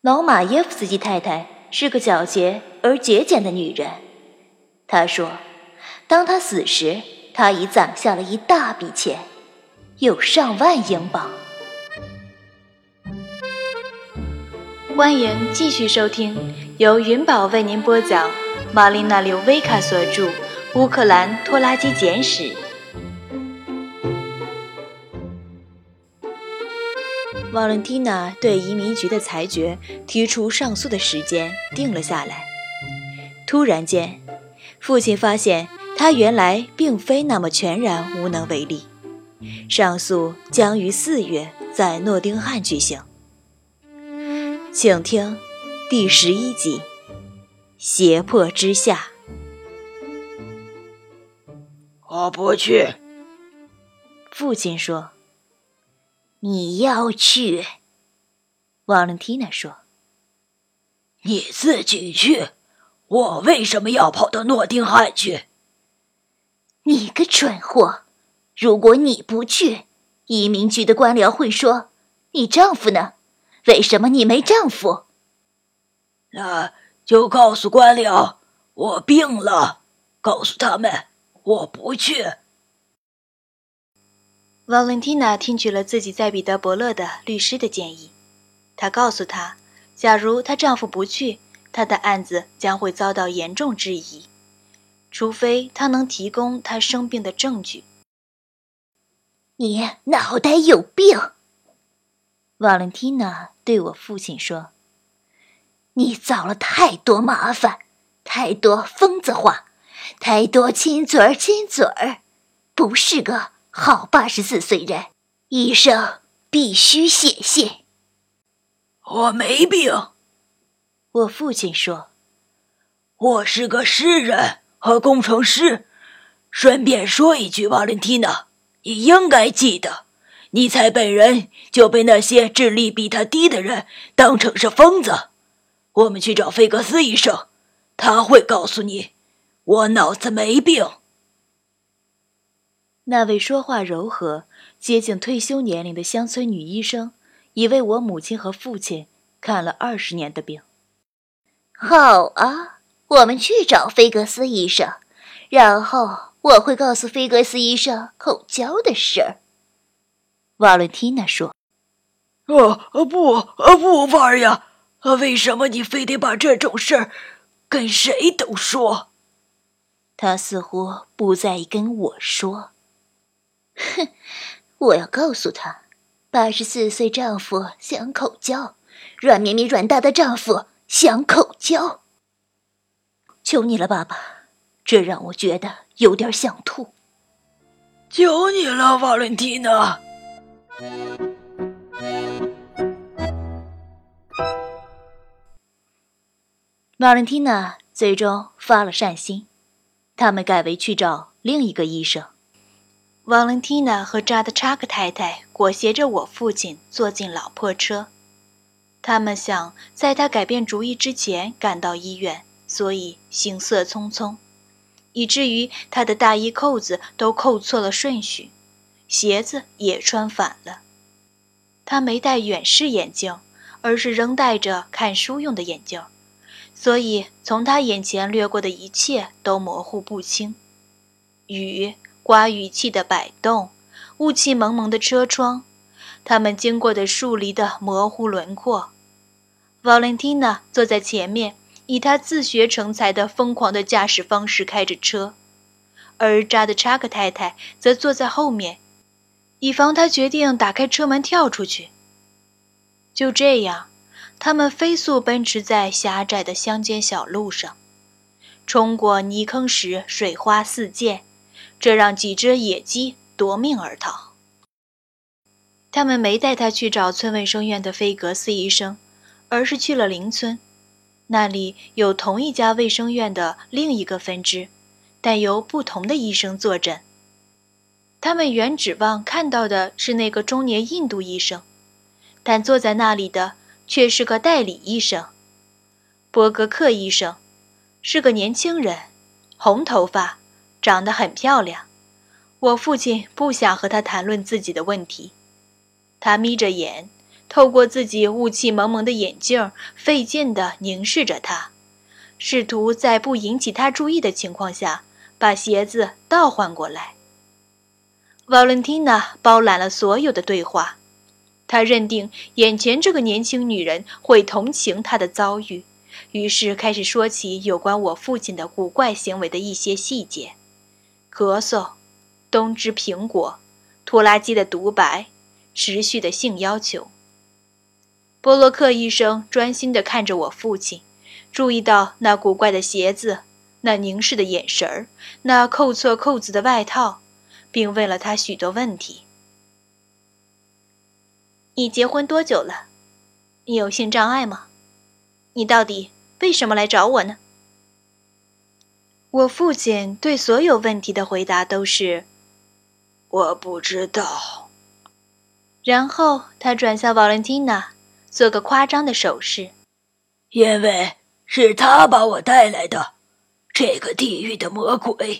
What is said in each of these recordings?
老马耶夫斯基太太是个皎洁而节俭的女人。她说，当她死时，她已攒下了一大笔钱，有上万英镑。欢迎继续收听由云宝为您播讲玛丽娜·刘维卡所著《乌克兰拖拉机简史》。瓦伦蒂娜对移民局的裁决提出上诉的时间定了下来。突然间，父亲发现他原来并非那么全然无能为力。上诉将于4月在诺丁汉举行。请听第11集，胁迫之下。 我不去。 父亲说。你要去，瓦伦蒂娜说。 你自己去，我为什么要跑到诺丁汉去？ 你个蠢货，如果你不去，移民局的官僚会说，你丈夫呢？为什么你没丈夫？ 那就告诉官僚，我病了，告诉他们我不去。 瓦伦蒂娜听取了自己在彼得伯勒的律师的建议。她告诉他，假如她丈夫不去，她的案子将会遭到严重质疑，除非她能提供她生病的证据。你脑袋有病，瓦伦蒂娜对我父亲说。你找了太多麻烦，太多疯子话，太多亲嘴儿，不是个好84岁人。医生必须写信。 我没病， 我父亲说。 我是个诗人和工程师。顺便说一句，瓦伦蒂娜，你应该记得，尼采本人就被那些智力比他低的人当成是疯子。我们去找费格斯医生，他会告诉你，我脑子没病。 那位说话柔和、接近退休年龄的乡村女医生，已为我母亲和父亲看了20年的病。好啊，我们去找菲格斯医生，然后我会告诉菲格斯医生口交的事儿。瓦伦蒂娜说。 不玩呀！为什么你非得把这种事儿跟谁都说？ 他似乎不在意跟我说。哼，我要告诉他，84岁丈夫想口交，软绵绵软大的丈夫想口交。求你了，爸爸，这让我觉得有点想吐。 求你了，瓦伦蒂娜。 瓦伦蒂娜最终发了善心，他们改为去找另一个医生。瓦伦蒂娜和扎德查克太太裹挟着我父亲坐进老破车，他们想在他改变主意之前赶到医院，所以行色匆匆，以至于他的大衣扣子都扣错了顺序，鞋子也穿反了。他没戴远视眼镜，而是仍戴着看书用的眼镜，所以从他眼前掠过的一切都模糊不清。雨刮雨器的摆动，雾气蒙蒙的车窗，他们经过的树篱的模糊轮廓。瓦伦蒂娜坐在前面，以她自学成才的疯狂的驾驶方式开着车，而扎德查克太太则坐在后面，以防他决定打开车门跳出去。就这样，他们飞速奔驰在狭窄的乡间小路上，冲过泥坑时水花四溅，这让几只野鸡夺命而逃。他们没带他去找村卫生院的菲格斯医生，而是去了邻村，那里有同一家卫生院的另一个分支，但由不同的医生坐诊。他们原指望看到的是那个中年印度医生，但坐在那里的却是个代理医生，波格克医生，是个年轻人，红头发，长得很漂亮。我父亲不想和他谈论自己的问题，他眯着眼， 透过自己雾气蒙蒙的眼镜，费劲地凝视着他，试图在不引起他注意的情况下，把鞋子倒换过来。Valentina 包揽了所有的对话，她认定眼前这个年轻女人会同情她的遭遇，于是开始说起有关我父亲的古怪行为的一些细节：咳嗽、冬之苹果、拖拉机的独白、持续的性要求。波洛克医生专心地看着我父亲，注意到那古怪的鞋子，那凝视的眼神儿，那扣错扣子的外套，并问了他许多问题。你结婚多久了？你有性障碍吗？你到底为什么来找我呢？我父亲对所有问题的回答都是我不知道。 然后他转向 Valentina， 做个夸张的手势。 因为是他把我带来的，这个地狱的魔鬼。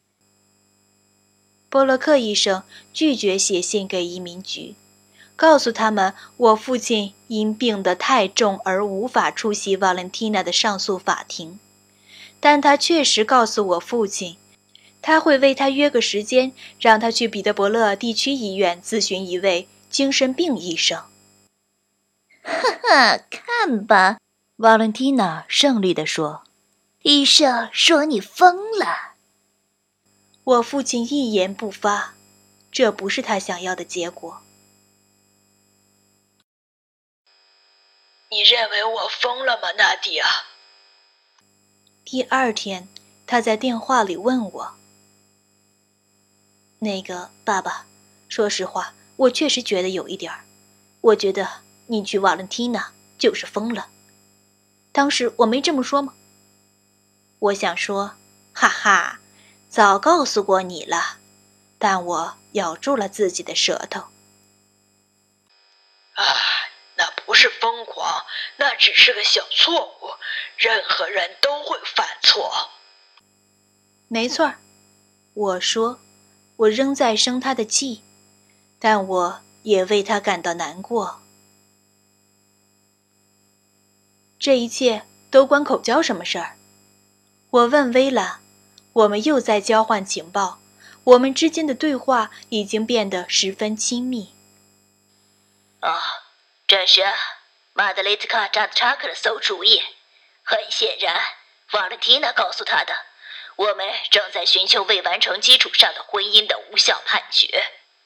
波洛克医生拒绝写信给移民局，告诉他们我父亲因病得太重而无法出席 Valentina 的上诉法庭，但他确实告诉我父亲，他会为他约个时间，让他去彼得伯勒地区医院咨询一位精神病医生。 哈哈，看吧，Valentina 胜利地说，医生说你疯了。 我父亲一言不发，这不是他想要的结果。 你认为我疯了吗，纳迪亚？ 第二天，他在电话里问我：“爸爸，说实话，我确实觉得有一点儿。我觉得你娶瓦伦蒂娜就是疯了。当时我没这么说吗？”我想说，哈哈，早告诉过你了，但我咬住了自己的舌头。 那不是疯狂，那只是个小错误，任何人都会犯错。 没错，我说，我仍在生他的气，但我也为他感到难过。这一切都关口交什么事儿？我问薇拉，我们又在交换情报，我们之间的对话已经变得十分亲密。 这是玛德雷特卡扎德查克的馊主意。很显然，瓦伦蒂娜告诉他的。我们正在寻求未完成基础上的婚姻的无效判决。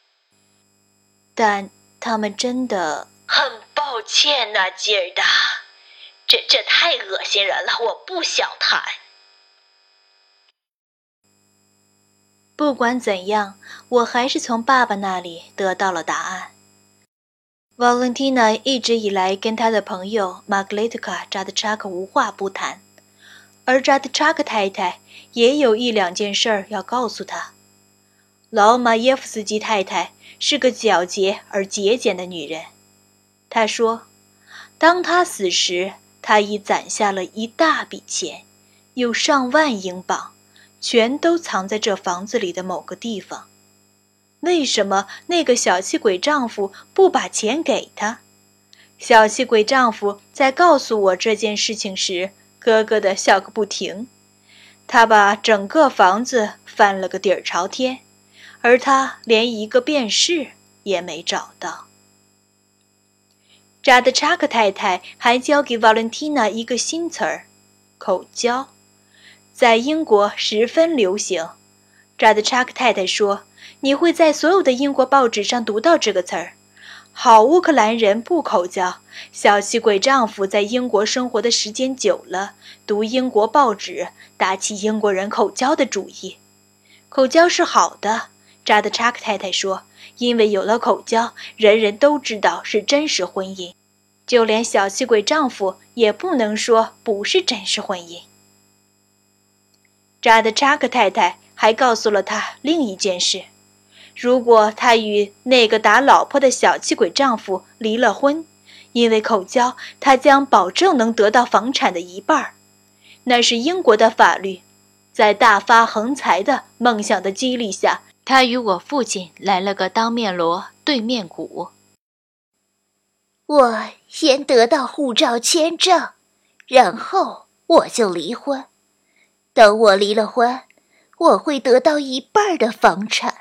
但他们真的…… 很抱歉呐，吉尔达，这太恶心人了，我不想谈。 不管怎样，我还是从爸爸那里得到了答案。Valentina 一直以来跟她的朋友玛格丽特卡·扎德查克无话不谈，而扎德查克太太也有一两件事儿要告诉他。老马耶夫斯基太太是个皎洁而节俭的女人，她说，当她死时，她已攒下了一大笔钱，有上万英镑，全都藏在这房子里的某个地方。为什么那个小气鬼丈夫不把钱给她？小气鬼丈夫在告诉我这件事情时，咯咯地笑个不停。他把整个房子翻了个底儿朝天，而他连一个便士也没找到。扎德查克太太还教给瓦伦蒂娜一个新词儿——口交，在英国十分流行。扎德查克太太说，你会在所有的英国报纸上读到这个词儿。好乌克兰人不口交，小气鬼丈夫在英国生活的时间久了，读英国报纸，打起英国人口交的主意。口交是好的，扎德查克太太说，因为有了口交，人人都知道是真实婚姻，就连小气鬼丈夫也不能说不是真实婚姻。扎德查克太太还告诉了他另一件事，如果他与那个打老婆的小气鬼丈夫离了婚，因为口交，他将保证能得到房产的一半。那是英国的法律。在大发横财的梦想的激励下，他与我父亲来了个当面锣对面鼓。 我先得到护照签证，然后我就离婚。等我离了婚，我会得到一半的房产。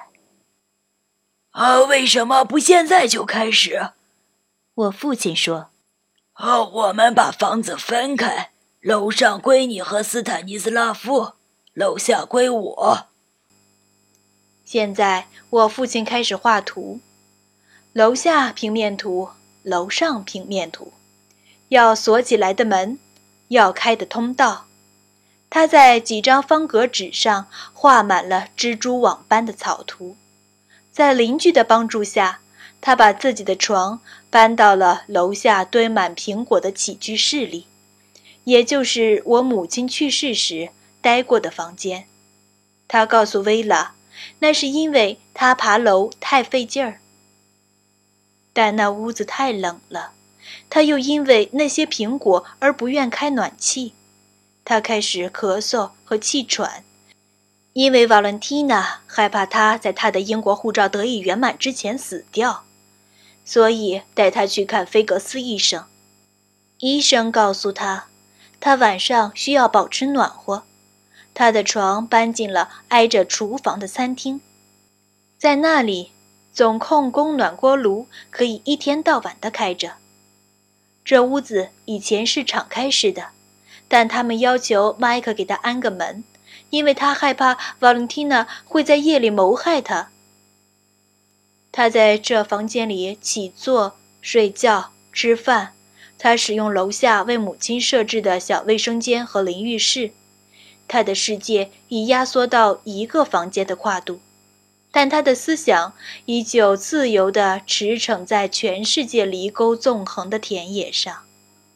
为什么不现在就开始？ 我父亲说。 我们把房子分开，楼上归你和斯坦尼斯拉夫，楼下归我。 现在我父亲开始画图，楼下平面图，楼上平面图，要锁起来的门，要开的通道。他在几张方格纸上画满了蜘蛛网般的草图。在邻居的帮助下，他把自己的床搬到了楼下堆满苹果的起居室里，也就是我母亲去世时待过的房间。他告诉薇拉，那是因为他爬楼太费劲儿。但那屋子太冷了，他又因为那些苹果而不愿开暖气。他开始咳嗽和气喘，因为瓦伦蒂娜害怕他在他的英国护照得以圆满之前死掉，所以带他去看菲格斯医生。医生告诉他，他晚上需要保持暖和。他的床搬进了挨着厨房的餐厅，在那里总控供暖锅炉可以一天到晚地开着。这屋子以前是敞开式的，但他们要求麦克给他安个门，因为他害怕瓦伦蒂娜会在夜里谋害他。他在这房间里起坐、睡觉、吃饭。他使用楼下为母亲设置的小卫生间和淋浴室。他的世界已压缩到一个房间的跨度，但他的思想依旧自由地驰骋在全世界犁沟纵横的田野上。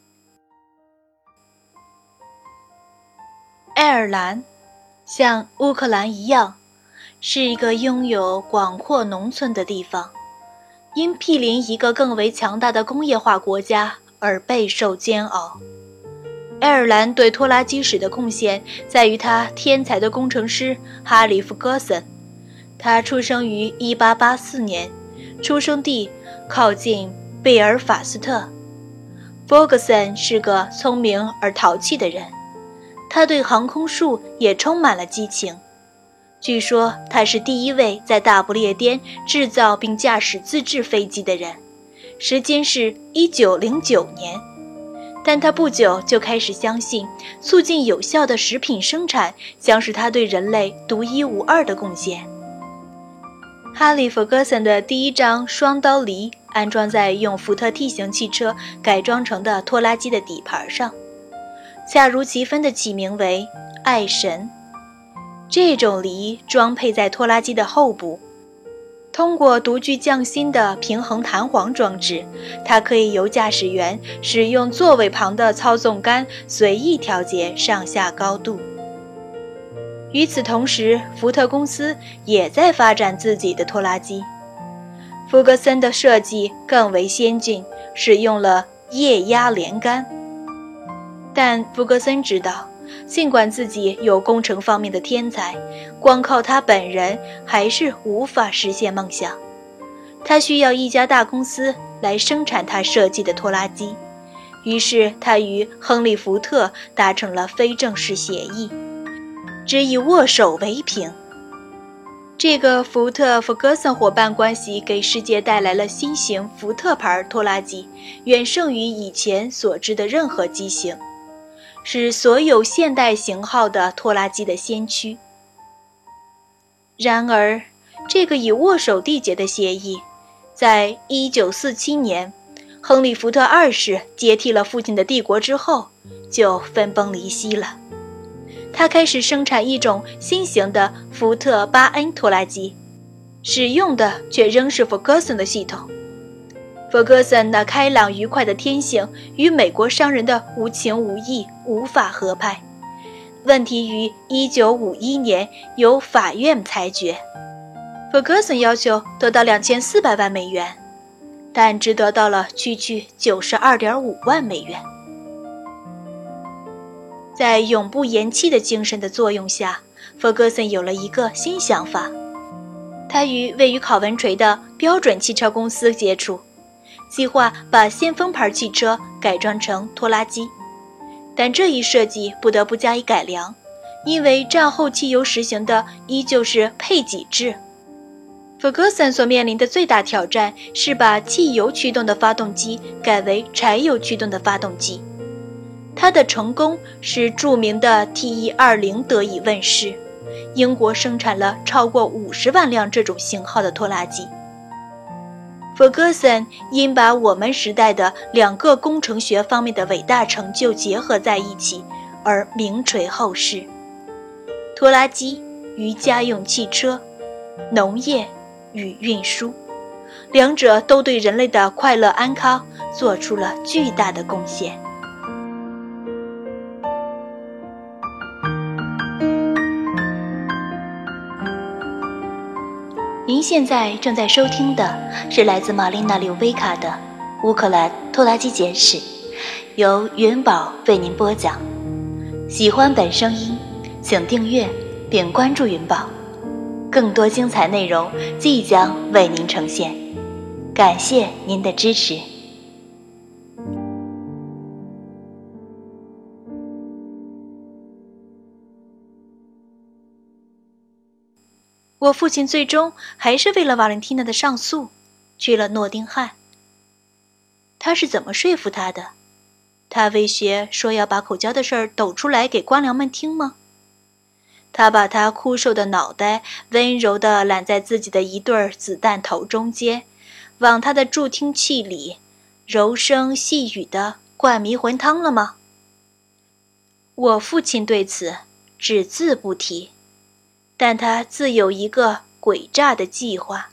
爱尔兰像乌克兰一样，是一个拥有广阔农村的地方，因毗邻一个更为强大的工业化国家而备受煎熬。爱尔兰对拖拉机史的贡献在于他天才的工程师哈里·弗格森。他出生于1884年，出生地靠近贝尔法斯特。弗格森是个聪明而淘气的人，他对航空术也充满了激情。据说他是第一位在大不列颠制造并驾驶自制飞机的人，时间是1909年。但他不久就开始相信，促进有效的食品生产将是他对人类独一无二的贡献。哈利·弗格森的第一张双刀犁安装在用福特 T 型汽车改装成的拖拉机的底盘上，恰如其分地起名为爱神。这种犁装配在拖拉机的后部，通过独具匠心的平衡弹簧装置，它可以由驾驶员使用座位旁的操纵杆随意调节上下高度。与此同时，福特公司也在发展自己的拖拉机。弗格森的设计更为先进，使用了液压连杆。但弗格森知道，尽管自己有工程方面的天才，光靠他本人还是无法实现梦想。他需要一家大公司来生产他设计的拖拉机，于是他与亨利·福特达成了非正式协议，只以握手为凭。这个福特弗格森伙伴关系给世界带来了新型福特牌拖拉机，远胜于以前所知的任何机型，是所有现代型号的拖拉机的先驱。然而，这个以握手缔结的协议，在1947年，亨利·福特2世接替了父亲的帝国之后，就分崩离析了。他开始生产一种新型的福特8N 拖拉机，使用的却仍是弗格森的系统。弗格森那开朗愉快的天性与美国商人的无情无义无法合拍。问题于1951年由法院裁决，弗格森要求得到2400万美元，但只得到了区区92.5万美元。在永不言弃的精神的作用下，弗格森有了一个新想法。他与位于考文垂的标准汽车公司接触， 计划把先锋牌汽车改装成拖拉机，但这一设计不得不加以改良，因为战后汽油实行的依旧是配给制。弗格森所面临的最大挑战是把汽油驱动的发动机改为柴油驱动的发动机。他的成功使著名的 TE20 得以问世，英国生产了超过50万辆这种型号的拖拉机。弗格森因把我们时代的2个工程学方面的伟大成就结合在一起而名垂后世。拖拉机与家用汽车，农业与运输，两者都对人类的快乐安康做出了巨大的贡献。您现在正在收听的是来自玛丽娜·柳维卡的《乌克兰拖拉机简史》，由元宝为您播讲。喜欢本声音，请订阅并关注元宝，更多精彩内容即将为您呈现。感谢您的支持。我父亲最终还是为了瓦伦蒂娜的上诉去了诺丁汉。他是怎么说服他的？他威胁说要把口交的事儿抖出来给官僚们听吗？他把他枯瘦的脑袋温柔地揽在自己的一对子弹头中间，往他的助听器里柔声细语地灌迷魂汤了吗？我父亲对此只字不提，但他自有一个诡诈的计划。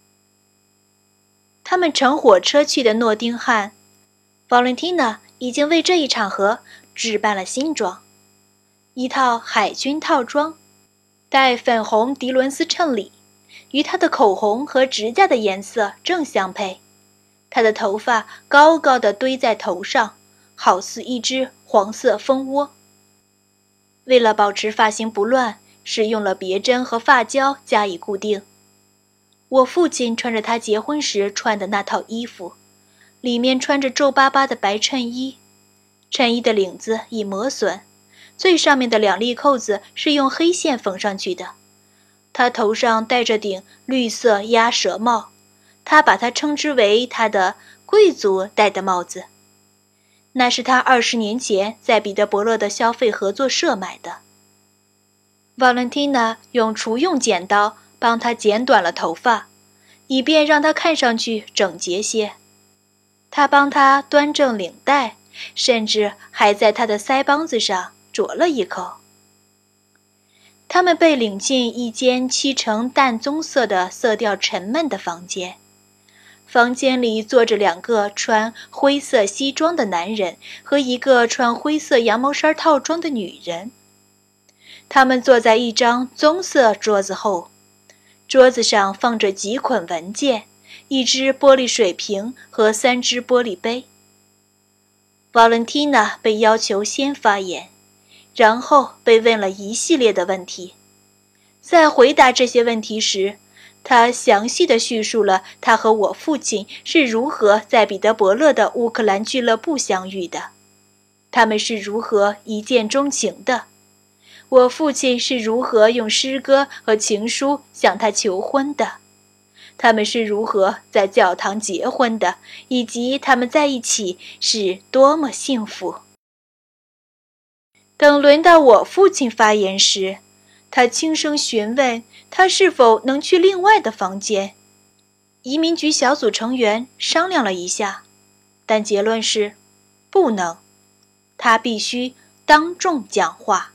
他们乘火车去的诺丁汉，瓦伦蒂娜已经为这一场合置办了新装，一套海军套装，带粉红迪伦斯衬里，与她的口红和指甲的颜色正相配。她的头发高高地堆在头上，好似一只黄色蜂窝。为了保持发型不乱，使用了别针和发胶加以固定。我父亲穿着他结婚时穿的那套衣服，里面穿着皱巴巴的白衬衣，衬衣的领子已磨损，最上面的2粒扣子是用黑线缝上去的。他头上戴着顶绿色鸭舌帽，他把它称之为他的贵族戴的帽子。那是他20年前在彼得伯勒的消费合作社买的。瓦伦蒂娜用厨用剪刀帮他剪短了头发，以便让他看上去整洁些。他帮他端正领带，甚至还在他的腮帮子上啄了一口。他们被领进一间漆成淡棕色的色调沉闷的房间。房间里坐着2个穿灰色西装的男人和一个穿灰色羊毛衫套装的女人。他们坐在一张棕色桌子后，桌子上放着几捆文件、1只玻璃水瓶和3只玻璃杯。瓦伦蒂娜被要求先发言，然后被问了一系列的问题。在回答这些问题时，他详细地叙述了他和我父亲是如何在彼得伯勒的乌克兰俱乐部相遇的，他们是如何一见钟情的，我父亲是如何用诗歌和情书向他求婚的，他们是如何在教堂结婚的，以及他们在一起是多么幸福。等轮到我父亲发言时，他轻声询问他是否能去另外的房间。移民局小组成员商量了一下，但结论是不能，他必须当众讲话。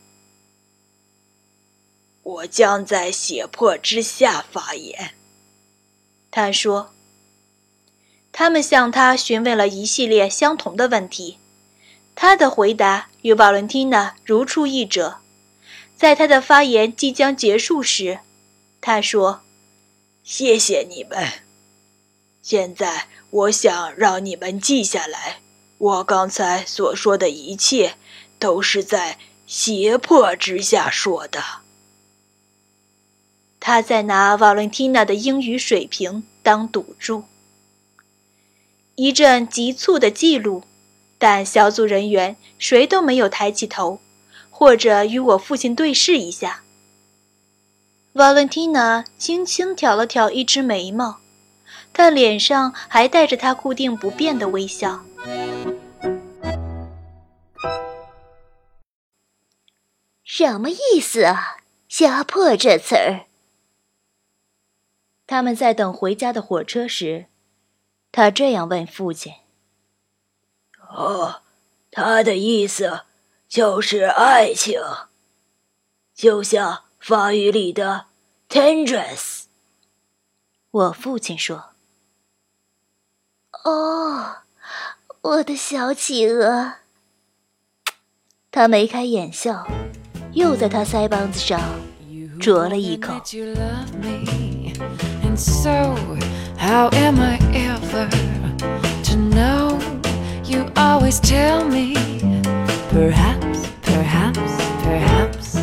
我将在胁迫之下发言， 他说。他们向他询问了一系列相同的问题，他的回答与瓦伦蒂娜如出一辙。在他的发言即将结束时，他说： 谢谢你们。现在我想让你们记下来，我刚才所说的一切都是在胁迫之下说的。 他在拿瓦伦蒂娜的英语水平当赌注。 一阵急促的记录，但小组人员谁都没有抬起头，或者与我父亲对视一下。Valentina 轻轻挑了挑一只眉毛，她脸上还带着她固定不变的微笑。 什么意思啊？压迫这词儿。 他们在等回家的火车时，他这样问父亲。 哦，他的意思就是爱情，就像法语里的 tendresse。 我父亲说。 哦，我的小企鹅。 他眉开眼笑，又在他腮帮子上啄了一口。 And so, how am I ever to know? You always tell me, perhaps, perhaps, perhaps.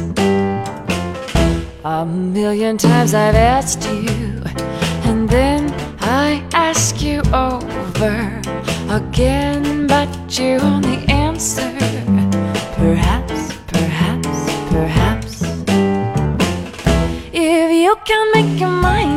A million times I've asked you, and then I ask you over again, but you only answer, perhaps, perhaps, perhaps. If you can make your mind